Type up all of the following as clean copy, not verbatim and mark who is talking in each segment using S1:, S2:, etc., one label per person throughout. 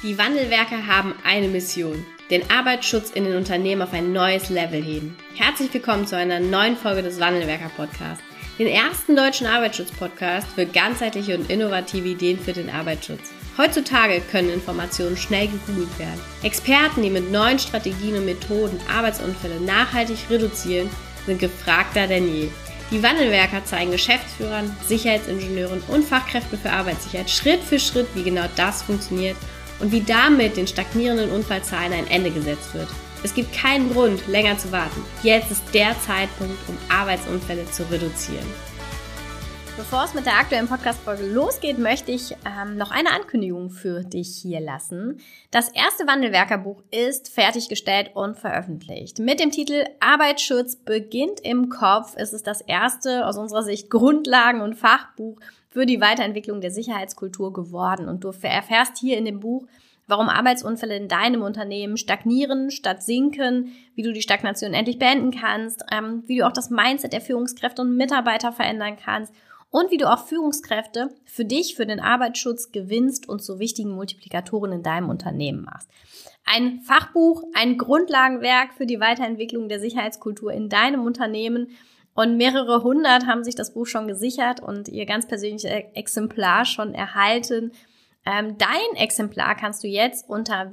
S1: Die Wandelwerker haben eine Mission: den Arbeitsschutz in den Unternehmen auf ein neues Level heben. Herzlich willkommen zu einer neuen Folge des Wandelwerker-Podcasts, den ersten deutschen Arbeitsschutz-Podcast für ganzheitliche und innovative Ideen für den Arbeitsschutz. Heutzutage können Informationen schnell gegoogelt werden. Experten, die mit neuen Strategien und Methoden Arbeitsunfälle nachhaltig reduzieren, sind gefragter denn je. Die Wandelwerker zeigen Geschäftsführern, Sicherheitsingenieuren und Fachkräften für Arbeitssicherheit Schritt für Schritt, wie genau das funktioniert und wie damit den stagnierenden Unfallzahlen ein Ende gesetzt wird. Es gibt keinen Grund, länger zu warten. Jetzt ist der Zeitpunkt, um Arbeitsunfälle zu reduzieren. Bevor es mit der aktuellen Podcast-Folge losgeht, möchte ich noch eine Ankündigung für dich hier lassen. Das erste Wandelwerkerbuch ist fertiggestellt und veröffentlicht. Mit dem Titel Arbeitsschutz beginnt im Kopf ist es das erste, aus unserer Sicht, Grundlagen- und Fachbuch für die Weiterentwicklung der Sicherheitskultur geworden. Und du erfährst hier in dem Buch, warum Arbeitsunfälle in deinem Unternehmen stagnieren statt sinken, wie du die Stagnation endlich beenden kannst, wie du auch das Mindset der Führungskräfte und Mitarbeiter verändern kannst und wie du auch Führungskräfte für dich, für den Arbeitsschutz gewinnst und zu wichtigen Multiplikatoren in deinem Unternehmen machst. Ein Fachbuch, ein Grundlagenwerk für die Weiterentwicklung der Sicherheitskultur in deinem Unternehmen. Und mehrere hundert haben sich das Buch schon gesichert und ihr ganz persönliches Exemplar schon erhalten. Dein Exemplar kannst du jetzt unter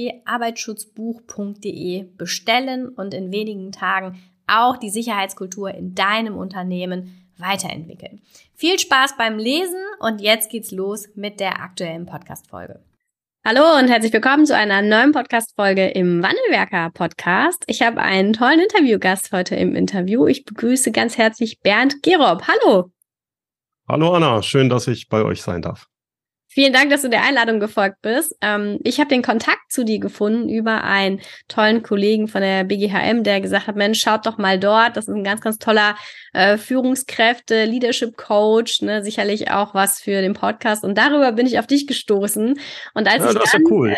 S1: www.arbeitsschutzbuch.de bestellen und in wenigen Tagen auch die Sicherheitskultur in deinem Unternehmen weiterentwickeln. Viel Spaß beim Lesen und jetzt geht's los mit der aktuellen Podcast-Folge. Hallo und herzlich willkommen zu einer neuen Podcast-Folge im Wandelwerker-Podcast. Ich habe einen tollen Interviewgast heute im Interview. Ich begrüße ganz herzlich Bernd Gerob. Hallo.
S2: Hallo Anna, schön, dass ich bei euch sein darf.
S1: Vielen Dank, dass du der Einladung gefolgt bist. Ich habe den Kontakt zu dir gefunden über einen tollen Kollegen von der BGHM, der gesagt hat, Mensch, schaut doch mal dort. Das ist ein ganz, ganz toller Führungskräfte, Leadership Coach, ne, sicherlich auch was für den Podcast. Und darüber bin ich auf dich gestoßen. Und als
S2: das ist ja cool.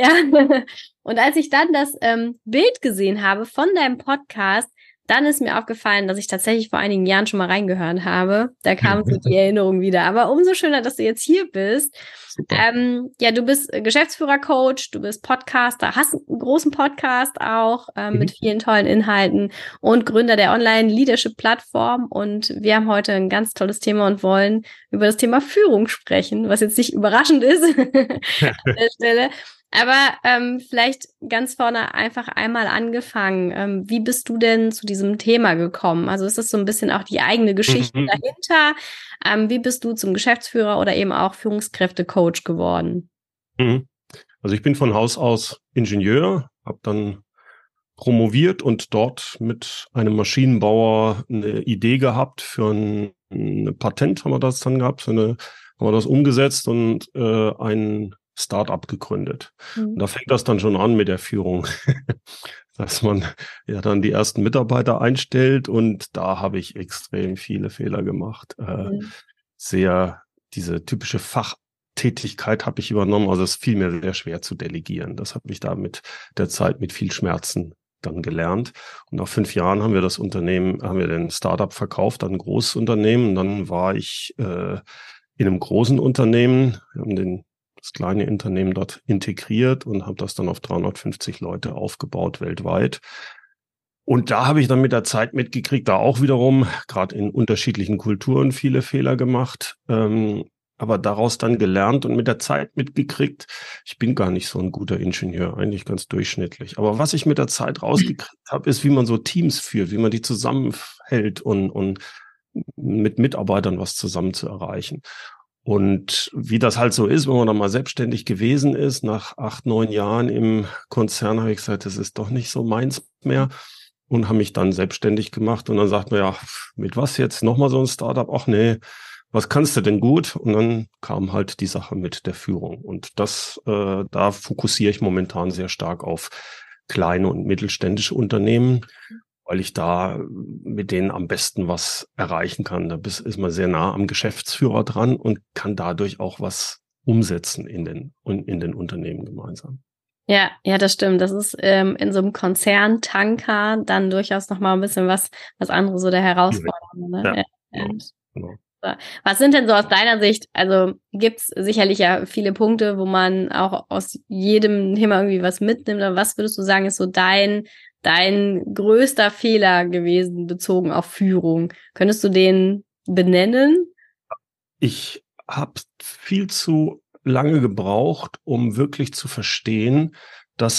S1: Und als ich dann das Bild gesehen habe von deinem Podcast, dann ist mir aufgefallen, dass ich tatsächlich vor einigen Jahren schon mal reingehört habe. Da kam so die Erinnerung wieder. Aber umso schöner, dass du jetzt hier bist. Du bist Geschäftsführer-Coach, du bist Podcaster, hast einen großen Podcast auch mit vielen tollen Inhalten und Gründer der Online-Leadership-Plattform. Und wir haben heute ein ganz tolles Thema und wollen über das Thema Führung sprechen, was jetzt nicht überraschend ist an der Stelle. Aber vielleicht ganz vorne einfach einmal angefangen. Wie bist du denn zu diesem Thema gekommen? Also ist das so ein bisschen auch die eigene Geschichte dahinter? Wie bist du zum Geschäftsführer oder eben auch Führungskräfte-Coach geworden?
S2: Also ich bin von Haus aus Ingenieur, habe dann promoviert und dort mit einem Maschinenbauer eine Idee gehabt für ein Patent, haben wir das dann gehabt, haben wir das umgesetzt und ein Start-up gegründet. Und da fängt das dann schon an mit der Führung, dass man ja dann die ersten Mitarbeiter einstellt und da habe ich extrem viele Fehler gemacht. Diese typische Fachtätigkeit habe ich übernommen, also es fiel mir sehr schwer zu delegieren. Das habe ich da mit der Zeit mit viel Schmerzen dann gelernt. Und nach 5 Jahren haben wir den Start-up verkauft an ein großes Unternehmen. Und dann war ich in einem großen Unternehmen, wir haben das kleine Unternehmen dort integriert und habe das dann auf 350 Leute aufgebaut weltweit. Und da habe ich dann mit der Zeit mitgekriegt, da auch wiederum, gerade in unterschiedlichen Kulturen, viele Fehler gemacht, aber daraus dann gelernt und mit der Zeit mitgekriegt, ich bin gar nicht so ein guter Ingenieur, eigentlich ganz durchschnittlich. Aber was ich mit der Zeit rausgekriegt habe, ist, wie man so Teams führt, wie man die zusammenhält und mit Mitarbeitern was zusammen zu erreichen. Und wie das halt so ist, wenn man dann mal selbstständig gewesen ist, nach 8, 9 Jahren im Konzern, habe ich gesagt, das ist doch nicht so meins mehr und habe mich dann selbstständig gemacht. Und dann sagt man, ja, mit was jetzt? Nochmal so ein Startup? Ach nee, was kannst du denn gut? Und dann kam halt die Sache mit der Führung. Und da fokussiere ich momentan sehr stark auf kleine und mittelständische Unternehmen, weil ich da mit denen am besten was erreichen kann. Da ist man sehr nah am Geschäftsführer dran und kann dadurch auch was umsetzen in den Unternehmen gemeinsam.
S1: Ja, das stimmt. Das ist in so einem Konzern-Tanker dann durchaus nochmal ein bisschen was anderes, so der Herausforderung. Ne?
S2: Ja, genau.
S1: Was sind denn so aus deiner Sicht, also gibt es sicherlich ja viele Punkte, wo man auch aus jedem Thema irgendwie was mitnimmt, aber was würdest du sagen, ist so dein größter Fehler gewesen, bezogen auf Führung? Könntest du den benennen?
S2: Ich habe viel zu lange gebraucht, um wirklich zu verstehen, dass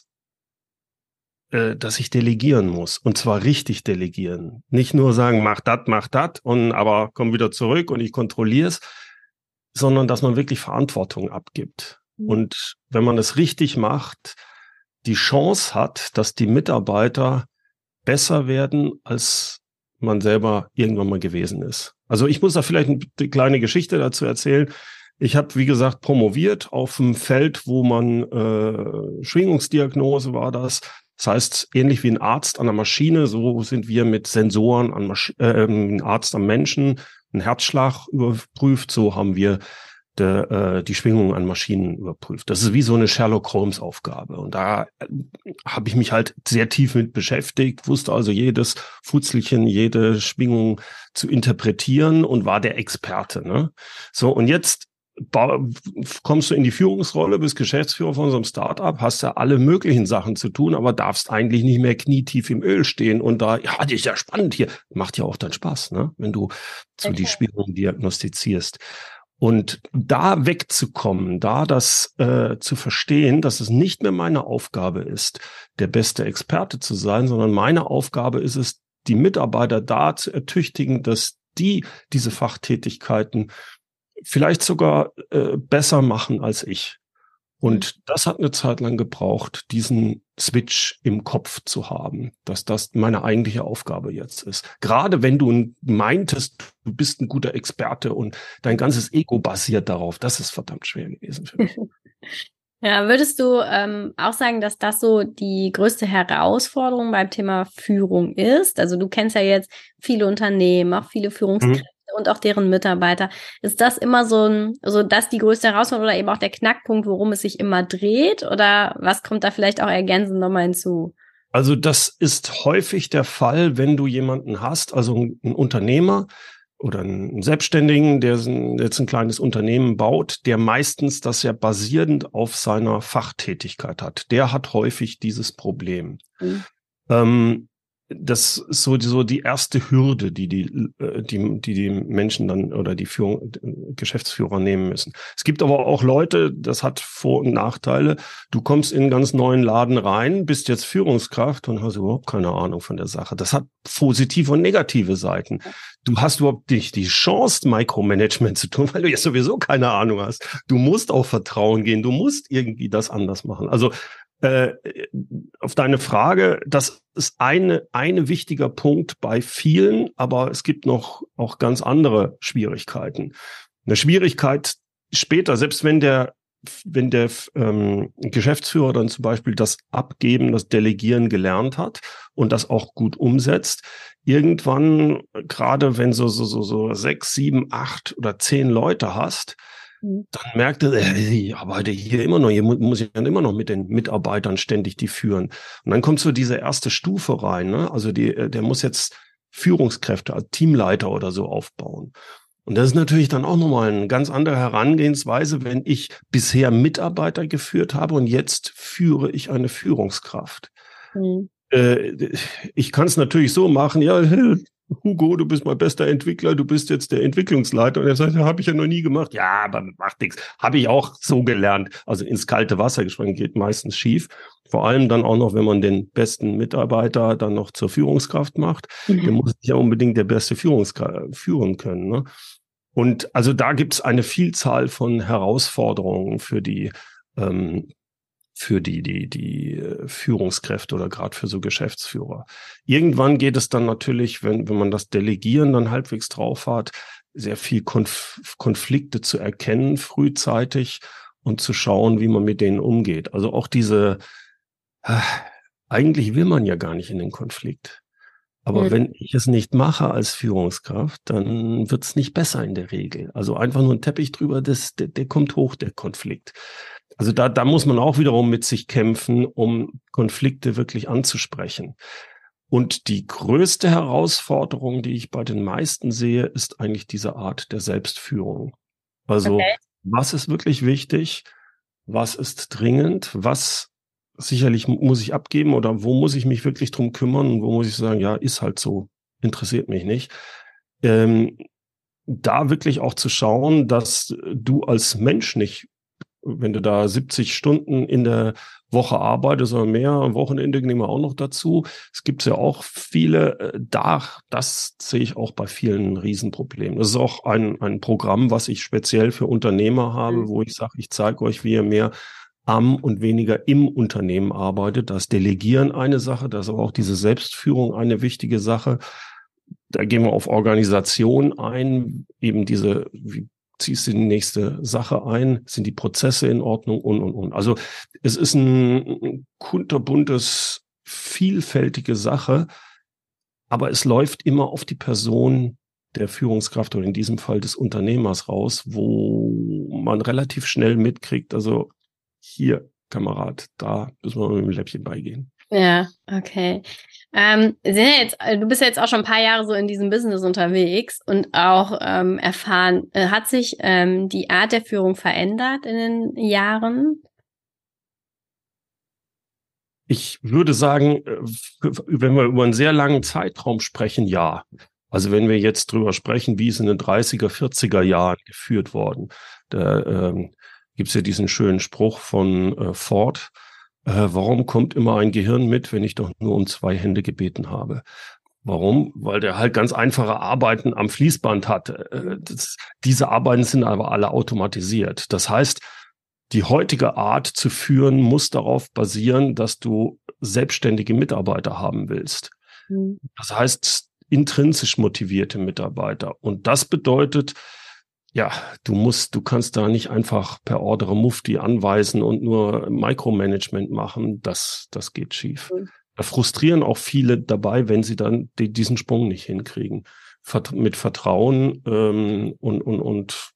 S2: ich delegieren muss, und zwar richtig delegieren. Nicht nur sagen, mach dat, und aber komm wieder zurück und ich kontrolliere es, sondern dass man wirklich Verantwortung abgibt. Und wenn man es richtig macht, die Chance hat, dass die Mitarbeiter besser werden, als man selber irgendwann mal gewesen ist. Also ich muss da vielleicht eine kleine Geschichte dazu erzählen. Ich habe, wie gesagt, promoviert auf einem Feld, wo man Schwingungsdiagnose war das. Das heißt, ähnlich wie ein Arzt an der Maschine, so sind wir mit Sensoren ein Arzt am Menschen, einen Herzschlag überprüft, so haben wir die Schwingung an Maschinen überprüft. Das ist wie so eine Sherlock-Holmes-Aufgabe. Und da habe ich mich halt sehr tief mit beschäftigt, wusste also jedes Futzelchen, jede Schwingung zu interpretieren und war der Experte. Ne? So, und jetzt kommst du in die Führungsrolle, bist Geschäftsführer von so einem Startup, hast ja alle möglichen Sachen zu tun, aber darfst eigentlich nicht mehr knietief im Öl stehen und da, ja, das ist ja spannend hier. Macht ja auch dann Spaß, ne? Wenn du so die Schwingung diagnostizierst. Und da wegzukommen, da das zu verstehen, dass es nicht mehr meine Aufgabe ist, der beste Experte zu sein, sondern meine Aufgabe ist es, die Mitarbeiter da zu ertüchtigen, dass die diese Fachtätigkeiten vielleicht sogar besser machen als ich. Und das hat eine Zeit lang gebraucht, diesen Switch im Kopf zu haben, dass das meine eigentliche Aufgabe jetzt ist. Gerade wenn du meintest, du bist ein guter Experte und dein ganzes Ego basiert darauf, das ist verdammt schwer gewesen für mich.
S1: Ja, würdest du auch sagen, dass das so die größte Herausforderung beim Thema Führung ist? Also du kennst ja jetzt viele Unternehmen, auch viele Führungskräfte und auch deren Mitarbeiter. Ist das immer das die größte Herausforderung oder eben auch der Knackpunkt, worum es sich immer dreht? Oder was kommt da vielleicht auch ergänzend nochmal hinzu?
S2: Also das ist häufig der Fall, wenn du jemanden hast, also ein Unternehmer oder einen Selbstständigen, der jetzt ein kleines Unternehmen baut, der meistens das ja basierend auf seiner Fachtätigkeit hat. Der hat häufig dieses Problem. Das ist so die erste Hürde, die Menschen dann oder die Geschäftsführer nehmen müssen. Es gibt aber auch Leute, das hat Vor- und Nachteile. Du kommst in einen ganz neuen Laden rein, bist jetzt Führungskraft und hast überhaupt keine Ahnung von der Sache. Das hat positive und negative Seiten. Du hast überhaupt nicht die Chance, Micromanagement zu tun, weil du ja sowieso keine Ahnung hast. Du musst auf Vertrauen gehen. Du musst irgendwie das anders machen. Also auf deine Frage, das ist eine wichtiger Punkt bei vielen, aber es gibt noch auch ganz andere Schwierigkeiten. Eine Schwierigkeit später, selbst wenn der Geschäftsführer dann zum Beispiel das Abgeben, das Delegieren gelernt hat und das auch gut umsetzt, irgendwann, gerade wenn so 6, 7, 8 oder 10 Leute hast, dann merkt er, ich arbeite hier immer noch, hier muss ich dann immer noch mit den Mitarbeitern ständig die führen. Und dann kommt so diese erste Stufe rein, ne? Also der muss jetzt Führungskräfte als Teamleiter oder so aufbauen. Und das ist natürlich dann auch nochmal eine ganz andere Herangehensweise, wenn ich bisher Mitarbeiter geführt habe und jetzt führe ich eine Führungskraft. Ich kann es natürlich so machen, ja, Hugo, du bist mein bester Entwickler, du bist jetzt der Entwicklungsleiter. Und er sagt, ja, habe ich ja noch nie gemacht. Ja, aber macht nichts. Habe ich auch so gelernt. Also ins kalte Wasser gesprungen, geht meistens schief. Vor allem dann auch noch, wenn man den besten Mitarbeiter dann noch zur Führungskraft macht. Der muss ja unbedingt der beste Führungskraft führen können. Ne? Und also da gibt es eine Vielzahl von Herausforderungen für die Führungskräfte oder gerade für so Geschäftsführer. Irgendwann geht es dann natürlich, wenn man das Delegieren dann halbwegs drauf hat, sehr viel Konflikte zu erkennen frühzeitig und zu schauen, wie man mit denen umgeht. Also auch eigentlich will man ja gar nicht in den Konflikt. Aber wenn ich es nicht mache als Führungskraft, dann wird es nicht besser in der Regel. Also einfach nur ein Teppich drüber, der kommt hoch, der Konflikt. Also da muss man auch wiederum mit sich kämpfen, um Konflikte wirklich anzusprechen. Und die größte Herausforderung, die ich bei den meisten sehe, ist eigentlich diese Art der Selbstführung. Also, was ist wirklich wichtig? Was ist dringend? Was sicherlich muss ich abgeben oder wo muss ich mich wirklich drum kümmern? Und wo muss ich sagen, ja, ist halt so, interessiert mich nicht. Da wirklich auch zu schauen, dass du als Mensch nicht, wenn du da 70 Stunden in der Woche arbeitest oder mehr, am Wochenende nehmen wir auch noch dazu. Es gibt ja auch viele, das sehe ich auch bei vielen Riesenproblemen. Das ist auch ein Programm, was ich speziell für Unternehmer habe, wo ich sage, ich zeige euch, wie ihr mehr am und weniger im Unternehmen arbeitet. Das Delegieren eine Sache, das ist aber auch diese Selbstführung eine wichtige Sache. Da gehen wir auf Organisation ein, eben diese, wie ziehst du die nächste Sache ein, sind die Prozesse in Ordnung und. Also es ist ein kunterbuntes, vielfältige Sache, aber es läuft immer auf die Person der Führungskraft oder in diesem Fall des Unternehmers raus, wo man relativ schnell mitkriegt, also hier, Kamerad, da müssen wir mit dem Läppchen beigehen.
S1: Ja, okay. Du bist ja jetzt auch schon ein paar Jahre so in diesem Business unterwegs und auch erfahren, hat sich die Art der Führung verändert in den Jahren?
S2: Ich würde sagen, wenn wir über einen sehr langen Zeitraum sprechen, ja. Also wenn wir jetzt drüber sprechen, wie es in den 30er, 40er Jahren geführt worden, da gibt es ja diesen schönen Spruch von Ford, warum kommt immer ein Gehirn mit, wenn ich doch nur um 2 Hände gebeten habe? Warum? Weil der halt ganz einfache Arbeiten am Fließband hat. Diese Arbeiten sind aber alle automatisiert. Das heißt, die heutige Art zu führen muss darauf basieren, dass du selbstständige Mitarbeiter haben willst. Das heißt, intrinsisch motivierte Mitarbeiter. Und das bedeutet, ja, du kannst da nicht einfach per Ordre Mufti anweisen und nur Micromanagement machen. Das geht schief. Da frustrieren auch viele dabei, wenn sie dann diesen Sprung nicht hinkriegen. Mit Vertrauen und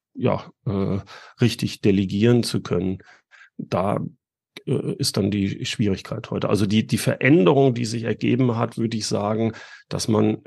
S2: richtig delegieren zu können. Da ist dann die Schwierigkeit heute. Also die Veränderung, die sich ergeben hat, würde ich sagen, dass man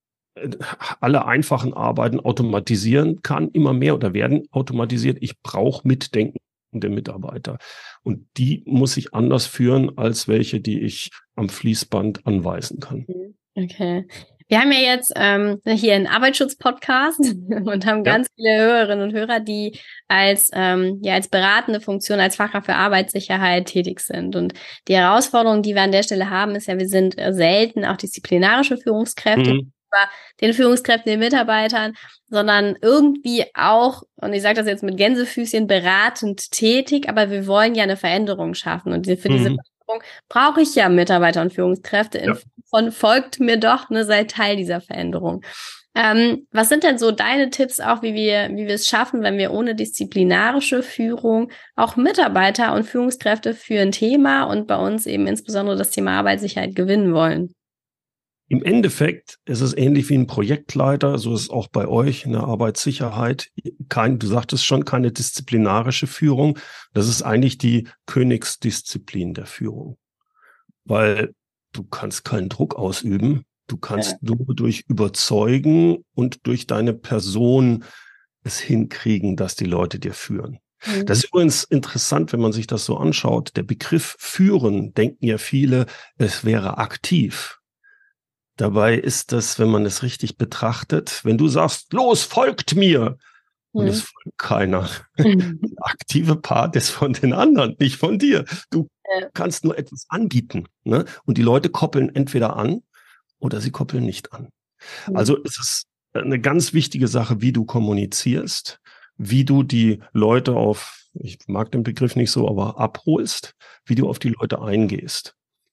S2: alle einfachen Arbeiten automatisieren kann, immer mehr oder werden automatisiert. Ich brauche mitdenkende Mitarbeiter. Und die muss ich anders führen, als welche, die ich am Fließband anweisen kann.
S1: Okay. Wir haben ja jetzt hier einen Arbeitsschutz-Podcast und haben ganz viele Hörerinnen und Hörer, die als beratende Funktion, als Fachkraft für Arbeitssicherheit tätig sind. Und die Herausforderung, die wir an der Stelle haben, ist ja, wir sind selten auch disziplinarische Führungskräfte, den Führungskräften, den Mitarbeitern, sondern irgendwie auch, und ich sage das jetzt mit Gänsefüßchen, beratend tätig, aber wir wollen ja eine Veränderung schaffen. Und für diese Veränderung brauche ich ja Mitarbeiter und Führungskräfte in Form von folgt mir doch, ne, seid Teil dieser Veränderung. Was sind denn so deine Tipps auch, wie wir es schaffen, wenn wir ohne disziplinarische Führung auch Mitarbeiter und Führungskräfte für ein Thema und bei uns eben insbesondere das Thema Arbeitssicherheit gewinnen wollen?
S2: Im Endeffekt ist es ähnlich wie ein Projektleiter, so ist es auch bei euch in der Arbeitssicherheit. Du sagtest schon, keine disziplinarische Führung. Das ist eigentlich die Königsdisziplin der Führung. Weil du kannst keinen Druck ausüben. Du kannst nur durch Überzeugen und durch deine Person es hinkriegen, dass die Leute dir führen. Das ist übrigens interessant, wenn man sich das so anschaut. Der Begriff führen, denken ja viele, es wäre aktiv. Dabei ist das, wenn man es richtig betrachtet, wenn du sagst, los, folgt mir, und es folgt keiner. Der aktive Part ist von den anderen, nicht von dir. Du kannst nur etwas anbieten, ne? Und die Leute koppeln entweder an oder sie koppeln nicht an. Also es ist eine ganz wichtige Sache, wie du kommunizierst, wie du die Leute ich mag den Begriff nicht so, aber abholst, wie du auf die Leute eingehst.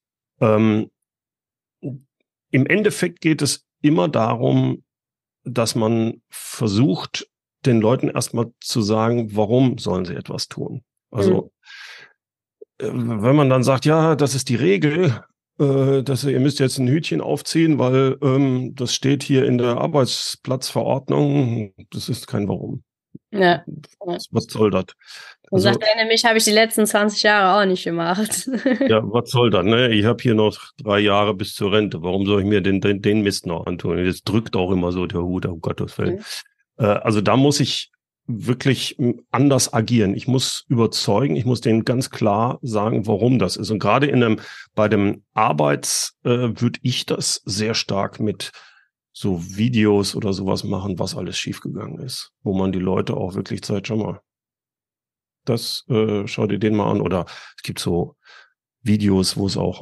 S2: Im Endeffekt geht es immer darum, dass man versucht, den Leuten erstmal zu sagen, warum sollen sie etwas tun. Also, wenn man dann sagt, ja, das ist die Regel, ihr müsst jetzt ein Hütchen aufziehen, weil das steht hier in der Arbeitsplatzverordnung, das ist kein Warum.
S1: Ja.
S2: Was soll das?
S1: Und sagt er nämlich, habe ich die letzten 20 Jahre auch nicht gemacht.
S2: Ja, was soll das, ne? Ich habe hier noch 3 Jahre bis zur Rente. Warum soll ich mir den Mist noch antun? Jetzt drückt auch immer so der Hut, um Gottes Willen. Also da muss ich wirklich anders agieren. Ich muss überzeugen, ich muss denen ganz klar sagen, warum das ist. Und gerade bei dem würde ich das sehr stark mit so Videos oder sowas machen, was alles schiefgegangen ist. Wo man die Leute auch wirklich zeigt, schau mal, das schau dir den mal an. Oder es gibt so Videos, wo es auch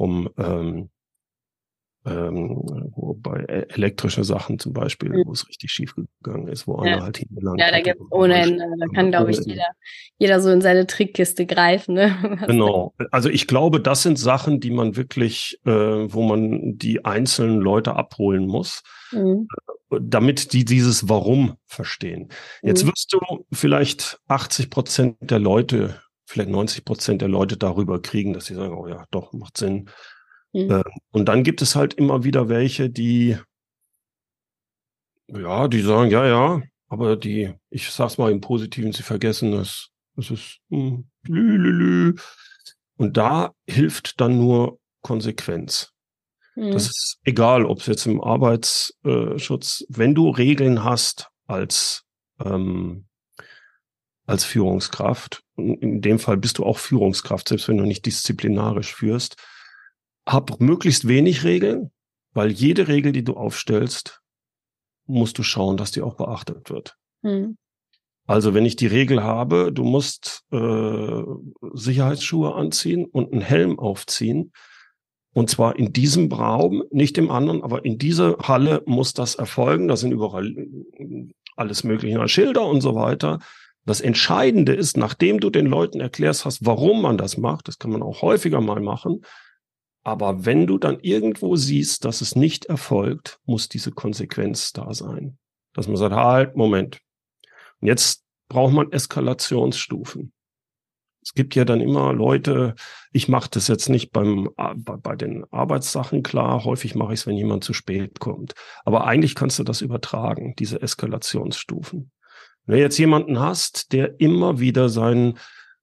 S2: bei elektrische Sachen zum Beispiel, wo es richtig schief gegangen ist, wo einer halt hingelangt hat.
S1: Ja, da gibt es ohne Ende. Da kann, glaube ich, jeder so in seine Trickkiste greifen. Ne?
S2: Genau. Also ich glaube, das sind Sachen, die man wirklich, wo man die einzelnen Leute abholen muss, damit die dieses Warum verstehen. Jetzt wirst du vielleicht 80% der Leute, vielleicht 90% der Leute darüber kriegen, dass sie sagen, oh ja, doch, macht Sinn. Und dann gibt es halt immer wieder welche, die sagen, ja, aber ich sag's mal im Positiven, sie vergessen es. Es ist Und da hilft dann nur Konsequenz. Das ist egal, ob es jetzt im Arbeitsschutz, wenn du Regeln hast als Führungskraft, in dem Fall bist du auch Führungskraft, selbst wenn du nicht disziplinarisch führst, hab möglichst wenig Regeln, weil jede Regel, die du aufstellst, musst du schauen, dass die auch beachtet wird. Also wenn ich die Regel habe, du musst Sicherheitsschuhe anziehen und einen Helm aufziehen, und zwar in diesem Raum, nicht im anderen, aber in dieser Halle muss das erfolgen. Da sind überall alles mögliche Schilder und so weiter. Das Entscheidende ist, nachdem du den Leuten erklärst hast, warum man das macht, das kann man auch häufiger mal machen, aber wenn du dann irgendwo siehst, dass es nicht erfolgt, muss diese Konsequenz da sein. Dass man sagt, halt, Moment. Und jetzt braucht man Eskalationsstufen. Es gibt ja dann immer Leute, ich mache das jetzt nicht bei den Arbeitssachen klar, häufig mache ich es, wenn jemand zu spät kommt. Aber eigentlich kannst du das übertragen, diese Eskalationsstufen. Wenn du jetzt jemanden hast, der immer wieder seine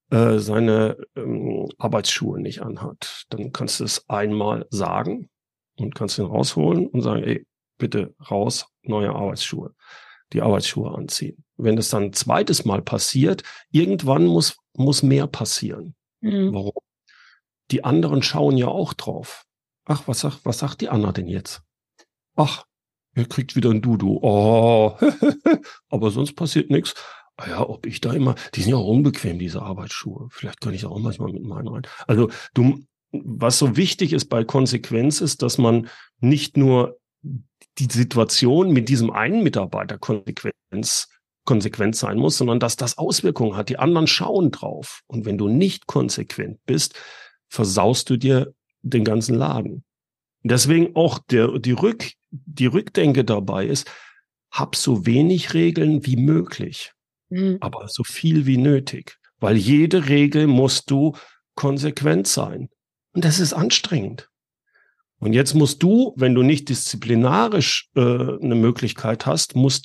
S2: Arbeitsschuhe nicht anhat, dann kannst du es einmal sagen und kannst ihn rausholen und sagen, ey, bitte raus, neue Arbeitsschuhe, die Arbeitsschuhe anziehen. Wenn das dann ein zweites Mal passiert, irgendwann muss mehr passieren. Warum? Die anderen schauen ja auch drauf. Ach, was sagt die Anna denn jetzt? Ach, er kriegt wieder ein Dudu. Oh, aber sonst passiert nichts. Ja, ob ich da immer, die sind ja auch unbequem, diese Arbeitsschuhe. Vielleicht kann ich auch manchmal mit meinen rein. Also was so wichtig ist bei Konsequenz ist, dass man nicht nur die Situation mit diesem einen Mitarbeiter konsequent sein muss, sondern dass das Auswirkungen hat. Die anderen schauen drauf. Und wenn du nicht konsequent bist, versaust du dir den ganzen Laden. Deswegen auch die Rückdenke dabei ist, hab so wenig Regeln wie möglich. Aber so viel wie nötig. Weil jede Regel musst du konsequent sein. Und das ist anstrengend. Und jetzt musst du, wenn du nicht disziplinarisch eine Möglichkeit hast, du musst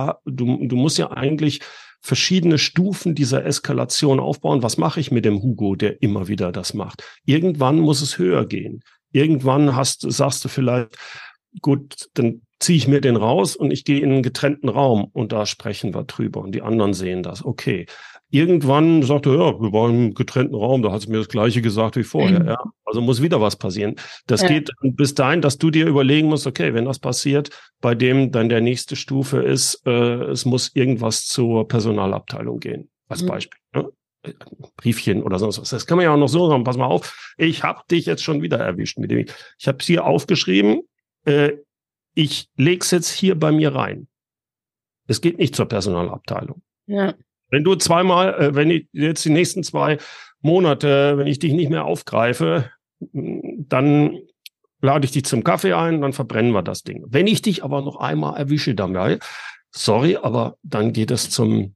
S2: ja eigentlich verschiedene Stufen dieser Eskalation aufbauen. Was mache ich mit dem Hugo, der immer wieder das macht? Irgendwann muss es höher gehen. Irgendwann sagst du vielleicht, gut, dann ziehe ich mir den raus und ich gehe in einen getrennten Raum und da sprechen wir drüber und die anderen sehen das. Okay. Irgendwann sagt er, ja, wir waren im getrennten Raum, da hat sie mir das Gleiche gesagt wie vorher. Ja, also muss wieder was passieren. Das geht bis dahin, dass du dir überlegen musst, okay, wenn das passiert, bei dem dann der nächste Stufe ist, es muss irgendwas zur Personalabteilung gehen, als Beispiel. Ne? Briefchen oder sonst was. Das kann man ja auch noch so sagen, pass mal auf, ich habe dich jetzt schon wieder erwischt mit dem. Ich habe es hier aufgeschrieben, ich leg's jetzt hier bei mir rein. Es geht nicht zur Personalabteilung. Ja. Wenn du wenn ich jetzt die nächsten 2 Monate, wenn ich dich nicht mehr aufgreife, dann lade ich dich zum Kaffee ein, dann verbrennen wir das Ding. Wenn ich dich aber noch einmal erwische dabei, sorry, aber dann geht es zur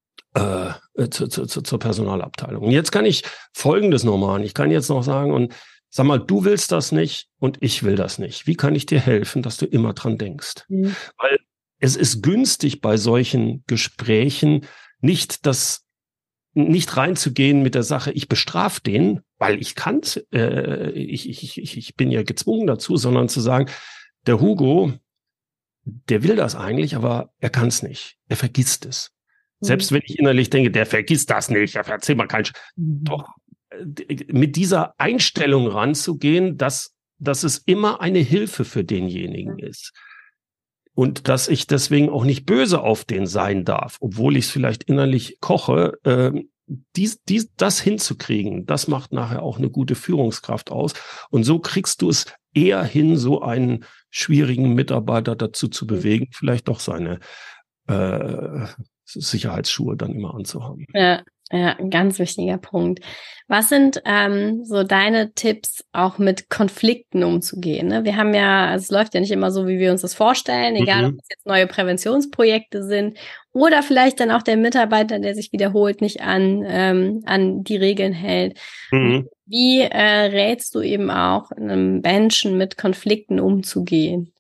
S2: Personalabteilung. Und jetzt kann ich Folgendes noch machen. Ich kann jetzt noch sagen, und sag mal, du willst das nicht und ich will das nicht. Wie kann ich dir helfen, dass du immer dran denkst? Weil es ist günstig bei solchen Gesprächen, nicht reinzugehen mit der Sache, ich bestrafe den, weil ich kann's, ich bin ja gezwungen dazu, sondern zu sagen, der Hugo, der will das eigentlich, aber er kann es nicht. Er vergisst es. Selbst wenn ich innerlich denke, der vergisst das nicht, er erzählt mal keinen Doch mit dieser Einstellung ranzugehen, dass es immer eine Hilfe für denjenigen ist. Und dass ich deswegen auch nicht böse auf den sein darf, obwohl ich es vielleicht innerlich koche, das hinzukriegen, das macht nachher auch eine gute Führungskraft aus. Und so kriegst du es eher hin, so einen schwierigen Mitarbeiter dazu zu bewegen, vielleicht doch seine Sicherheitsschuhe dann immer anzuhaben.
S1: Ja, ein ganz wichtiger Punkt. Was sind so deine Tipps, auch mit Konflikten umzugehen? Ne? Wir haben ja, also es läuft ja nicht immer so, wie wir uns das vorstellen, egal ob es jetzt neue Präventionsprojekte sind oder vielleicht dann auch der Mitarbeiter, der sich wiederholt nicht an die Regeln hält. Wie rätst du eben auch einem Menschen mit Konflikten umzugehen?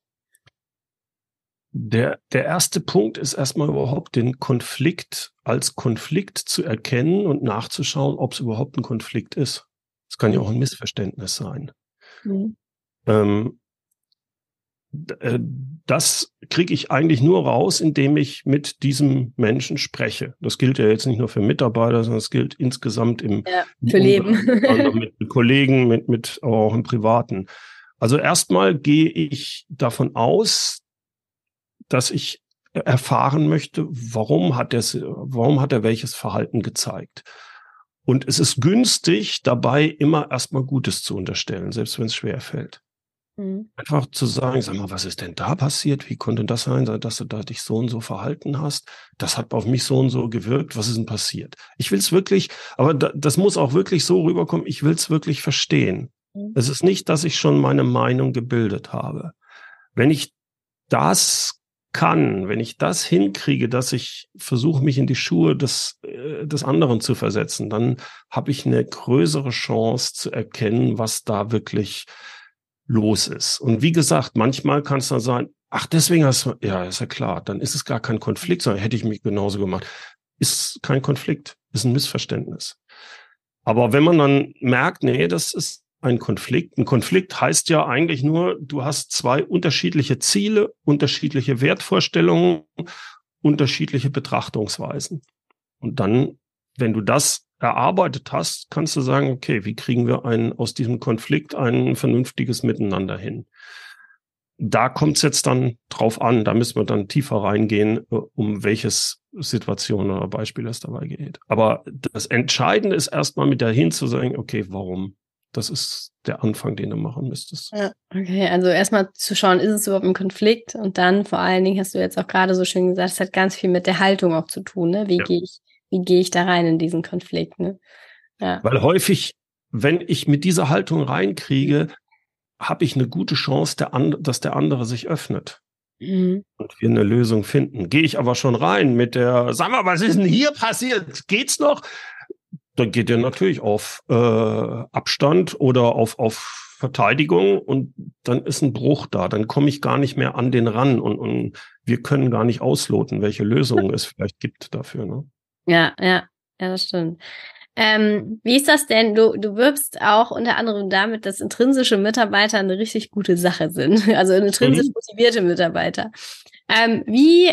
S2: Der erste Punkt ist erstmal überhaupt den Konflikt als Konflikt zu erkennen und nachzuschauen, ob es überhaupt ein Konflikt ist. Es kann ja auch ein Missverständnis sein. Das kriege ich eigentlich nur raus, indem ich mit diesem Menschen spreche. Das gilt ja jetzt nicht nur für Mitarbeiter, sondern es gilt insgesamt
S1: für Leben.
S2: Mit Kollegen, mit auch im Privaten. Also erstmal gehe ich davon aus, dass ich erfahren möchte, warum hat er welches Verhalten gezeigt. Und es ist günstig, dabei immer erstmal Gutes zu unterstellen, selbst wenn es schwer fällt. Einfach zu sagen, sag mal, was ist denn da passiert? Wie konnte das sein, dass du da dich so und so verhalten hast? Das hat auf mich so und so gewirkt. Was ist denn passiert? Ich will es wirklich, aber das muss auch wirklich so rüberkommen, ich will es wirklich verstehen. Es ist nicht, dass ich schon meine Meinung gebildet habe. Wenn ich das hinkriege, dass ich versuche, mich in die Schuhe des anderen zu versetzen, dann habe ich eine größere Chance zu erkennen, was da wirklich los ist. Und wie gesagt, manchmal kann es dann sein, ach, deswegen ist ja klar, dann ist es gar kein Konflikt, sondern hätte ich mich genauso gemacht. Ist kein Konflikt, ist ein Missverständnis. Aber wenn man dann merkt, nee, das ist ein Konflikt. Ein Konflikt heißt ja eigentlich nur, du hast zwei unterschiedliche Ziele, unterschiedliche Wertvorstellungen, unterschiedliche Betrachtungsweisen. Und dann, wenn du das erarbeitet hast, kannst du sagen, okay, wie kriegen wir aus diesem Konflikt ein vernünftiges Miteinander hin? Da kommt es jetzt dann drauf an, da müssen wir dann tiefer reingehen, um welches Situation oder Beispiel es dabei geht. Aber das Entscheidende ist erstmal mit dahin zu sagen, okay, warum? Das ist der Anfang, den du machen müsstest.
S1: Ja, okay, also erstmal zu schauen, ist es überhaupt ein Konflikt? Und dann vor allen Dingen, hast du jetzt auch gerade so schön gesagt, es hat ganz viel mit der Haltung auch zu tun. Ne? Wie gehe ich da rein in diesen Konflikt? Ne? Ja.
S2: Weil häufig, wenn ich mit dieser Haltung reinkriege, habe ich eine gute Chance, dass der andere sich öffnet. Und wir eine Lösung finden. Gehe ich aber schon rein mit sag mal, was ist denn hier passiert? Geht's noch? Dann geht er natürlich auf Abstand oder auf Verteidigung und dann ist ein Bruch da. Dann komme ich gar nicht mehr an den ran und wir können gar nicht ausloten, welche Lösungen es vielleicht gibt dafür. Ne?
S1: Ja, das stimmt. Wie ist das denn? Du wirbst auch unter anderem damit, dass intrinsische Mitarbeiter eine richtig gute Sache sind. Also intrinsisch motivierte Mitarbeiter. Wie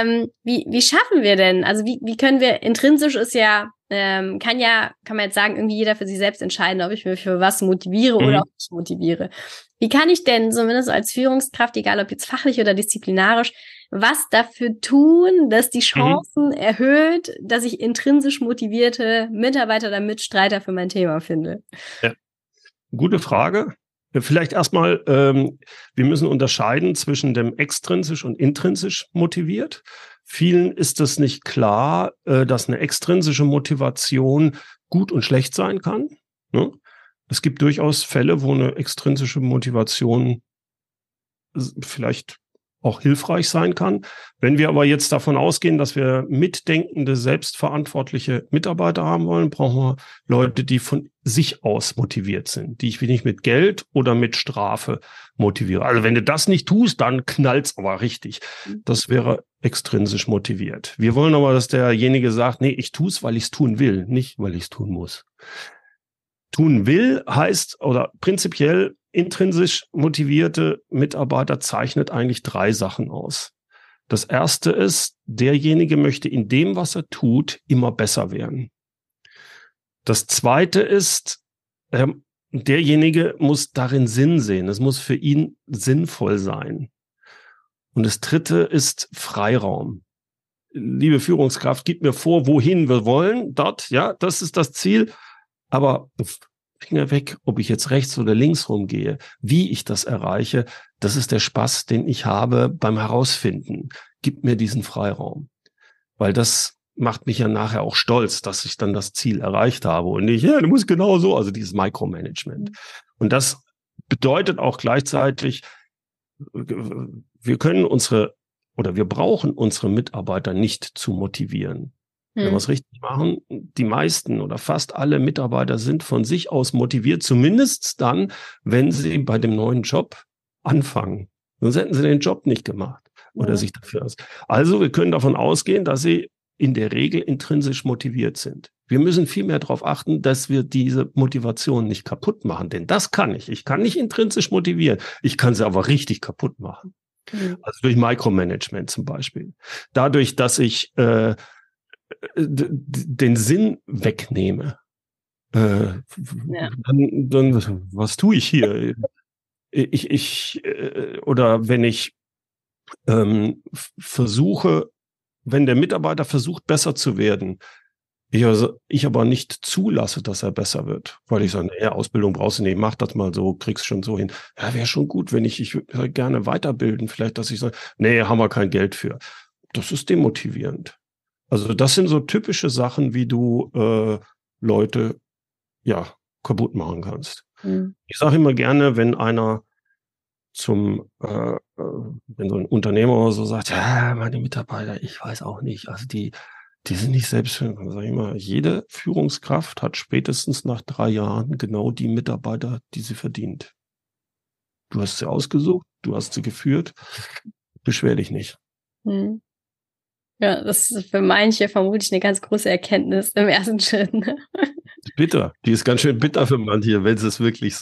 S1: schaffen wir denn? Also wie können wir, intrinsisch ist ja, kann man jetzt sagen, irgendwie jeder für sich selbst entscheiden, ob ich mich für was motiviere oder auch nicht motiviere. Wie kann ich denn zumindest als Führungskraft, egal ob jetzt fachlich oder disziplinarisch, was dafür tun, dass die Chancen erhöht, dass ich intrinsisch motivierte Mitarbeiter oder Mitstreiter für mein Thema finde?
S2: Ja, gute Frage. Vielleicht erstmal, wir müssen unterscheiden zwischen dem extrinsisch und intrinsisch motiviert. Vielen ist es nicht klar, dass eine extrinsische Motivation gut und schlecht sein kann. Ne? Es gibt durchaus Fälle, wo eine extrinsische Motivation vielleicht auch hilfreich sein kann. Wenn wir aber jetzt davon ausgehen, dass wir mitdenkende, selbstverantwortliche Mitarbeiter haben wollen, brauchen wir Leute, die von sich aus motiviert sind, die ich nicht mit Geld oder mit Strafe motiviere. Also wenn du das nicht tust, dann knallt's aber richtig. Das wäre extrinsisch motiviert. Wir wollen aber, dass derjenige sagt, nee, ich tue es, weil ich es tun will, nicht weil ich es tun muss. Tun will heißt, oder prinzipiell intrinsisch motivierte Mitarbeiter zeichnet eigentlich 3 Sachen aus. Das erste ist, derjenige möchte in dem, was er tut, immer besser werden. Das zweite ist, derjenige muss darin Sinn sehen. Es muss für ihn sinnvoll sein. Und das dritte ist Freiraum. Liebe Führungskraft, gib mir vor, wohin wir wollen. Dort, ja, das ist das Ziel. Aber Finger weg, ob ich jetzt rechts oder links rumgehe, wie ich das erreiche, das ist der Spaß, den ich habe beim Herausfinden. Gib mir diesen Freiraum. Weil das macht mich ja nachher auch stolz, dass ich dann das Ziel erreicht habe und nicht, ja, du musst genau so, also dieses Micromanagement. Und das bedeutet auch gleichzeitig, wir brauchen unsere Mitarbeiter nicht zu motivieren. Wenn wir es richtig machen, die meisten oder fast alle Mitarbeiter sind von sich aus motiviert, zumindest dann, wenn sie bei dem neuen Job anfangen. Sonst hätten sie den Job nicht gemacht oder sich dafür aus. Also wir können davon ausgehen, dass sie in der Regel intrinsisch motiviert sind. Wir müssen viel mehr darauf achten, dass wir diese Motivation nicht kaputt machen, denn das kann ich. Ich kann nicht intrinsisch motivieren, ich kann sie aber richtig kaputt machen. Also durch Micromanagement zum Beispiel. Dadurch, dass ich den Sinn wegnehme. Dann, was tue ich hier? Oder wenn ich versuche, wenn der Mitarbeiter versucht, besser zu werden, ich aber nicht zulasse, dass er besser wird, weil ich sage, naja, Ausbildung brauchst du nicht, mach das mal so, kriegst schon so hin. Ja, wäre schon gut, wenn ich würde gerne weiterbilden, vielleicht, dass ich sage, nee, haben wir kein Geld für. Das ist demotivierend. Also das sind so typische Sachen, wie du Leute kaputt machen kannst. Ich sage immer gerne, wenn einer wenn so ein Unternehmer oder so sagt, ja, meine Mitarbeiter, ich weiß auch nicht, also die sind nicht selbstständig. Dann sage ich immer, jede Führungskraft hat spätestens nach 3 Jahren genau die Mitarbeiter, die sie verdient. Du hast sie ausgesucht, du hast sie geführt, beschwer dich nicht.
S1: Ja, das ist für manche vermutlich eine ganz große Erkenntnis im ersten Schritt. Ne?
S2: Bitter. Die ist ganz schön bitter für manche, wenn sie es wirklich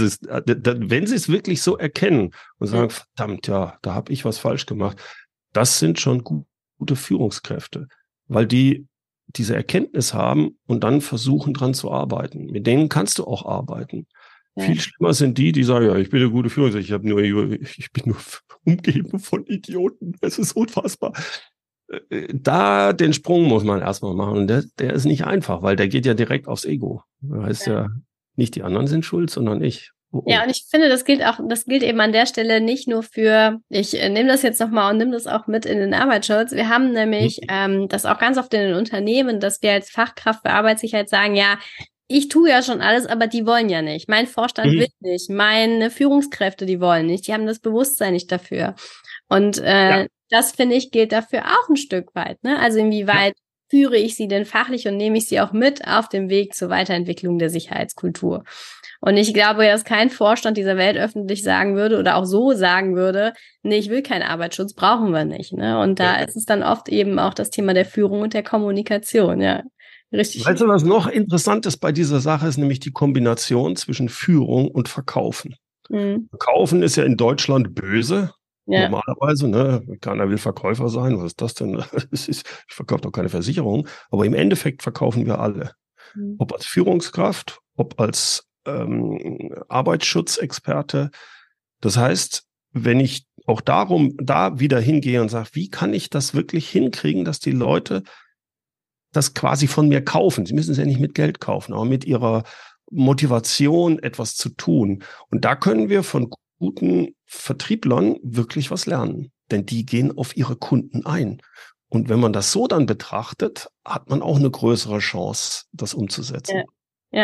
S2: so erkennen und sagen, verdammt, ja, da habe ich was falsch gemacht. Das sind schon gute Führungskräfte, weil die diese Erkenntnis haben und dann versuchen, dran zu arbeiten. Mit denen kannst du auch arbeiten. Ja. Viel schlimmer sind die sagen, ja, ich bin eine gute Führungskraft, ich bin nur umgeben von Idioten. Es ist unfassbar. Da den Sprung muss man erstmal machen. Und der ist nicht einfach, weil der geht ja direkt aufs Ego. Das heißt ja, nicht die anderen sind schuld, sondern ich.
S1: Ja, und ich finde, das gilt eben an der Stelle nicht nur für, ich nehme das jetzt nochmal und nehme das auch mit in den Arbeitsschutz. Wir haben nämlich das auch ganz oft in den Unternehmen, dass wir als Fachkraft für Arbeitssicherheit sagen, ja, ich tue ja schon alles, aber die wollen ja nicht. Mein Vorstand will nicht, meine Führungskräfte, die wollen nicht, die haben das Bewusstsein nicht dafür. Und das, finde ich, gilt dafür auch ein Stück weit. Ne? Also inwieweit führe ich sie denn fachlich und nehme ich sie auch mit auf dem Weg zur Weiterentwicklung der Sicherheitskultur. Und ich glaube, dass kein Vorstand dieser Welt öffentlich sagen würde oder auch so sagen würde, nee, ich will keinen Arbeitsschutz, brauchen wir nicht. Ne? Und da ist es dann oft eben auch das Thema der Führung und der Kommunikation. Ja, richtig.
S2: Weißt du, was noch interessant ist bei dieser Sache, ist nämlich die Kombination zwischen Führung und Verkaufen. Verkaufen ist ja in Deutschland böse. Ja. Normalerweise, ne? Keiner will Verkäufer sein. Was ist das denn? Ich verkaufe doch keine Versicherung. Aber im Endeffekt verkaufen wir alle. Ob als Führungskraft, ob als Arbeitsschutzexperte. Das heißt, wenn ich auch da wieder hingehe und sage, wie kann ich das wirklich hinkriegen, dass die Leute das quasi von mir kaufen? Sie müssen es ja nicht mit Geld kaufen, aber mit ihrer Motivation etwas zu tun. Und da können wir von guten Vertrieblern wirklich was lernen, denn die gehen auf ihre Kunden ein. Und wenn man das so dann betrachtet, hat man auch eine größere Chance, das umzusetzen.
S1: Ja,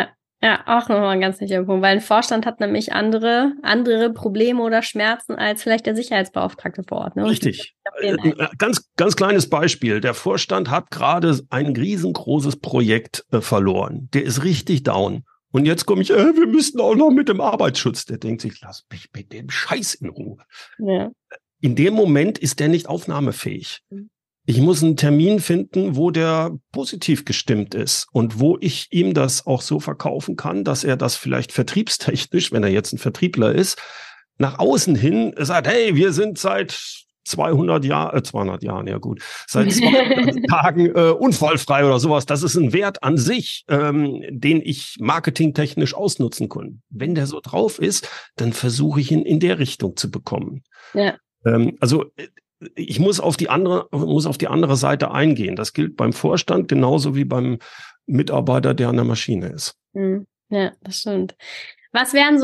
S1: Ja, auch nochmal ein ganz wichtiger Punkt, weil ein Vorstand hat nämlich andere Probleme oder Schmerzen als vielleicht der Sicherheitsbeauftragte vor Ort. Ne?
S2: Richtig. Ganz kleines Beispiel. Der Vorstand hat gerade ein riesengroßes Projekt verloren. Der ist richtig down. Und jetzt komme ich, wir müssten auch noch mit dem Arbeitsschutz. Der denkt sich, lass mich mit dem Scheiß in Ruhe. Ja. In dem Moment ist der nicht aufnahmefähig. Ich muss einen Termin finden, wo der positiv gestimmt ist und wo ich ihm das auch so verkaufen kann, dass er das vielleicht vertriebstechnisch, wenn er jetzt ein Vertriebler ist, nach außen hin sagt, hey, wir sind seit 200 Jahren, ja gut, seit 200 Tagen unfallfrei oder sowas. Das ist ein Wert an sich, den ich marketingtechnisch ausnutzen kann. Wenn der so drauf ist, dann versuche ich ihn in der Richtung zu bekommen. Ja. Also ich muss auf die andere Seite eingehen. Das gilt beim Vorstand genauso wie beim Mitarbeiter, der an der Maschine ist.
S1: Ja, das stimmt. Was wären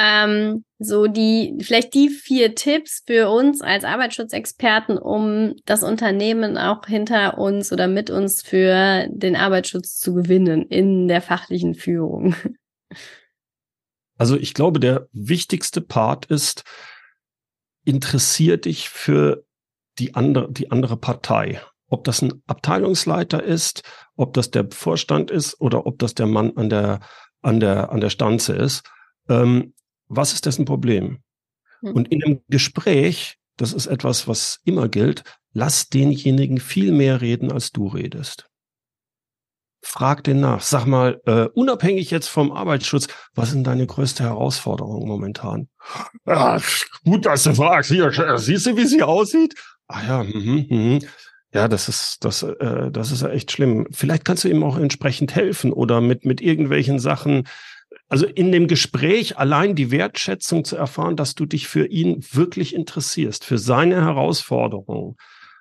S1: vielleicht die 4 Tipps für uns als Arbeitsschutzexperten, um das Unternehmen auch hinter uns oder mit uns für den Arbeitsschutz zu gewinnen in der fachlichen Führung?
S2: Also ich glaube, der wichtigste Part ist, interessier dich für die andere Partei. Ob das ein Abteilungsleiter ist, ob das der Vorstand ist oder ob das der Mann an der Stanze ist. Was ist dessen Problem? Und in einem Gespräch, das ist etwas, was immer gilt, lass denjenigen viel mehr reden, als du redest. Frag den nach. Sag mal, unabhängig jetzt vom Arbeitsschutz, was ist denn deine größte Herausforderung momentan? Ja, gut, dass du fragst. Hier, siehst du, wie sie aussieht? Ah ja, ja, das ist ja echt schlimm. Vielleicht kannst du ihm auch entsprechend helfen oder mit irgendwelchen Sachen. Also in dem Gespräch allein die Wertschätzung zu erfahren, dass du dich für ihn wirklich interessierst, für seine Herausforderung,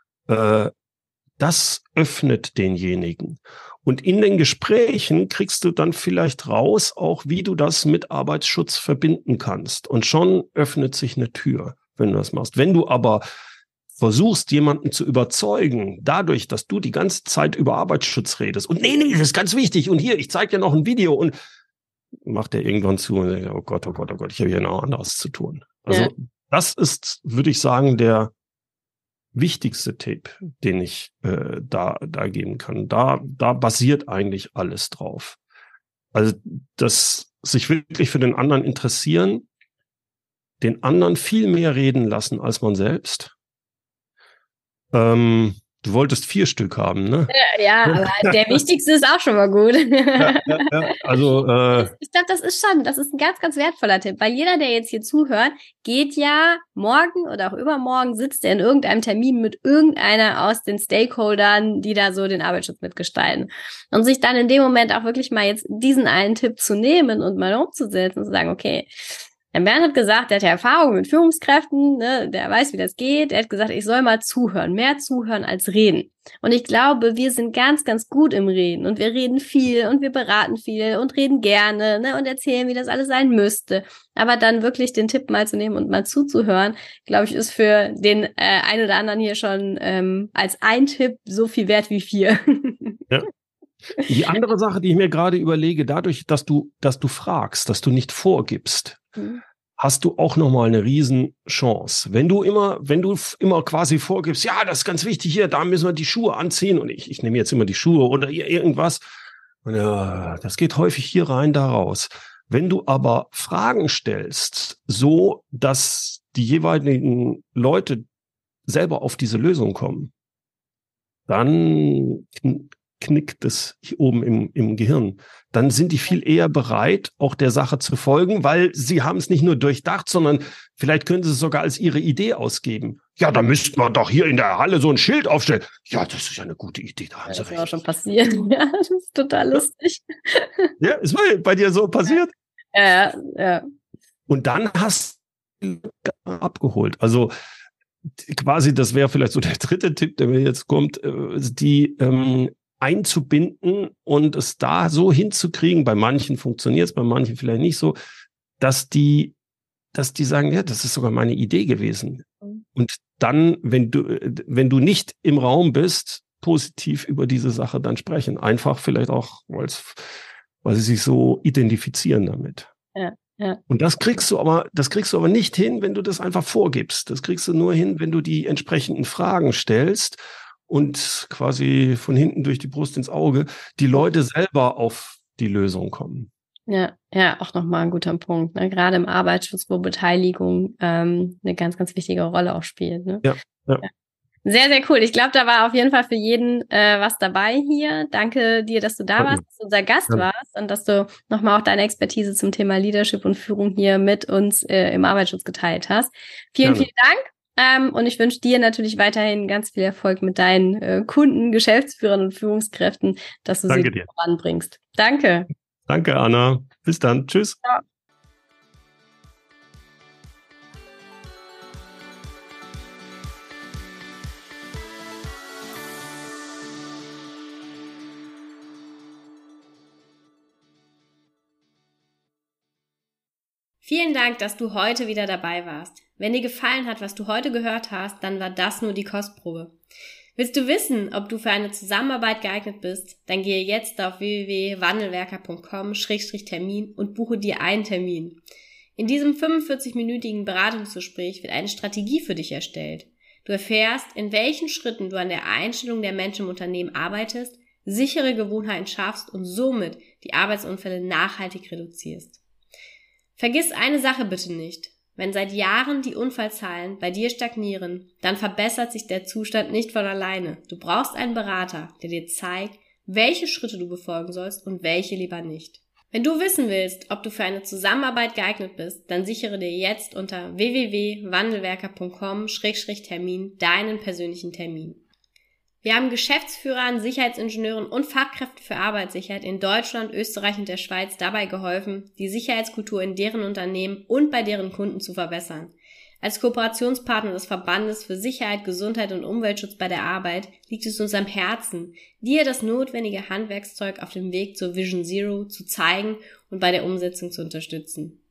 S2: das öffnet denjenigen. Und in den Gesprächen kriegst du dann vielleicht raus, auch wie du das mit Arbeitsschutz verbinden kannst. Und schon öffnet sich eine Tür, wenn du das machst. Wenn du aber versuchst, jemanden zu überzeugen, dadurch, dass du die ganze Zeit über Arbeitsschutz redest und nee, das ist ganz wichtig und hier, ich zeige dir noch ein Video und macht er irgendwann zu und sagt, oh Gott, ich habe hier noch anderes zu tun. Also das ist, würde ich sagen, der wichtigste Tipp, den ich da geben kann. Da basiert eigentlich alles drauf. Also das sich wirklich für den anderen interessieren, den anderen viel mehr reden lassen als man selbst. Du wolltest 4 Stück haben, ne?
S1: Ja, aber der wichtigste ist auch schon mal gut.
S2: Ja, also
S1: ich glaube, das ist ein ganz, ganz wertvoller Tipp, weil jeder, der jetzt hier zuhört, geht ja morgen oder auch übermorgen, sitzt er in irgendeinem Termin mit irgendeiner aus den Stakeholdern, die da so den Arbeitsschutz mitgestalten. Und sich dann in dem Moment auch wirklich mal jetzt diesen einen Tipp zu nehmen und mal umzusetzen und zu sagen, okay, der Bernd hat gesagt, der hat ja Erfahrung mit Führungskräften, ne, der weiß, wie das geht. Er hat gesagt, ich soll mal zuhören, mehr zuhören als reden. Und ich glaube, wir sind ganz, ganz gut im Reden und wir reden viel und wir beraten viel und reden gerne, ne, und erzählen, wie das alles sein müsste. Aber dann wirklich den Tipp mal zu nehmen und mal zuzuhören, glaube ich, ist für den einen oder anderen hier schon als ein Tipp so viel wert wie 4.
S2: Ja. Die andere Sache, die ich mir gerade überlege, dadurch, dass du fragst, dass du nicht vorgibst, hast du auch nochmal eine Riesenchance. Wenn du immer quasi vorgibst, ja, das ist ganz wichtig hier, da müssen wir die Schuhe anziehen und ich nehme jetzt immer die Schuhe oder irgendwas. Und ja, das geht häufig hier rein, da raus. Wenn du aber Fragen stellst, so dass die jeweiligen Leute selber auf diese Lösung kommen, dann knickt es hier oben im Gehirn. Dann sind die viel eher bereit, auch der Sache zu folgen, weil sie haben es nicht nur durchdacht, sondern vielleicht können sie es sogar als ihre Idee ausgeben. Ja, da müsste man doch hier in der Halle so ein Schild aufstellen. Ja, das ist ja eine gute Idee, da haben sie recht.
S1: Das ist auch schon passiert. Ja, das ist total lustig.
S2: Ja, ist bei dir so passiert?
S1: Ja.
S2: Und dann hast du abgeholt. Also quasi, das wäre vielleicht so der dritte Tipp, der mir jetzt kommt, die einzubinden und es da so hinzukriegen. Bei manchen funktioniert es, bei manchen vielleicht nicht so, dass die sagen, ja, das ist sogar meine Idee gewesen. Und dann, wenn du nicht im Raum bist, positiv über diese Sache dann sprechen. Einfach vielleicht auch, weil weil sie sich so identifizieren damit.
S1: Ja, ja.
S2: Und das kriegst du aber nicht hin, wenn du das einfach vorgibst. Das kriegst du nur hin, wenn du die entsprechenden Fragen stellst und quasi von hinten durch die Brust ins Auge die Leute selber auf die Lösung kommen.
S1: Ja, auch nochmal ein guter Punkt, ne? Gerade im Arbeitsschutz, wo Beteiligung eine ganz, ganz wichtige Rolle auch spielt. Ne?
S2: Ja.
S1: Sehr, sehr cool. Ich glaube, da war auf jeden Fall für jeden was dabei hier. Danke dir, dass du da warst, dass du unser Gast warst und dass du nochmal auch deine Expertise zum Thema Leadership und Führung hier mit uns im Arbeitsschutz geteilt hast. Vielen Dank. Und ich wünsche dir natürlich weiterhin ganz viel Erfolg mit deinen Kunden, Geschäftsführern und Führungskräften, dass du sie voranbringst. Danke.
S2: Danke, Anna. Bis dann. Tschüss.
S1: Ciao. Vielen Dank, dass du heute wieder dabei warst. Wenn dir gefallen hat, was du heute gehört hast, dann war das nur die Kostprobe. Willst du wissen, ob du für eine Zusammenarbeit geeignet bist? Dann gehe jetzt auf www.wandelwerker.com/Termin und buche dir einen Termin. In diesem 45-minütigen Beratungsgespräch wird eine Strategie für dich erstellt. Du erfährst, in welchen Schritten du an der Einstellung der Menschen im Unternehmen arbeitest, sichere Gewohnheiten schaffst und somit die Arbeitsunfälle nachhaltig reduzierst. Vergiss eine Sache bitte nicht. Wenn seit Jahren die Unfallzahlen bei dir stagnieren, dann verbessert sich der Zustand nicht von alleine. Du brauchst einen Berater, der dir zeigt, welche Schritte du befolgen sollst und welche lieber nicht. Wenn du wissen willst, ob du für eine Zusammenarbeit geeignet bist, dann sichere dir jetzt unter www.wandelwerker.com/Termin deinen persönlichen Termin. Wir haben Geschäftsführern, Sicherheitsingenieuren und Fachkräften für Arbeitssicherheit in Deutschland, Österreich und der Schweiz dabei geholfen, die Sicherheitskultur in deren Unternehmen und bei deren Kunden zu verbessern. Als Kooperationspartner des Verbandes für Sicherheit, Gesundheit und Umweltschutz bei der Arbeit liegt es uns am Herzen, dir das notwendige Handwerkszeug auf dem Weg zur Vision Zero zu zeigen und bei der Umsetzung zu unterstützen.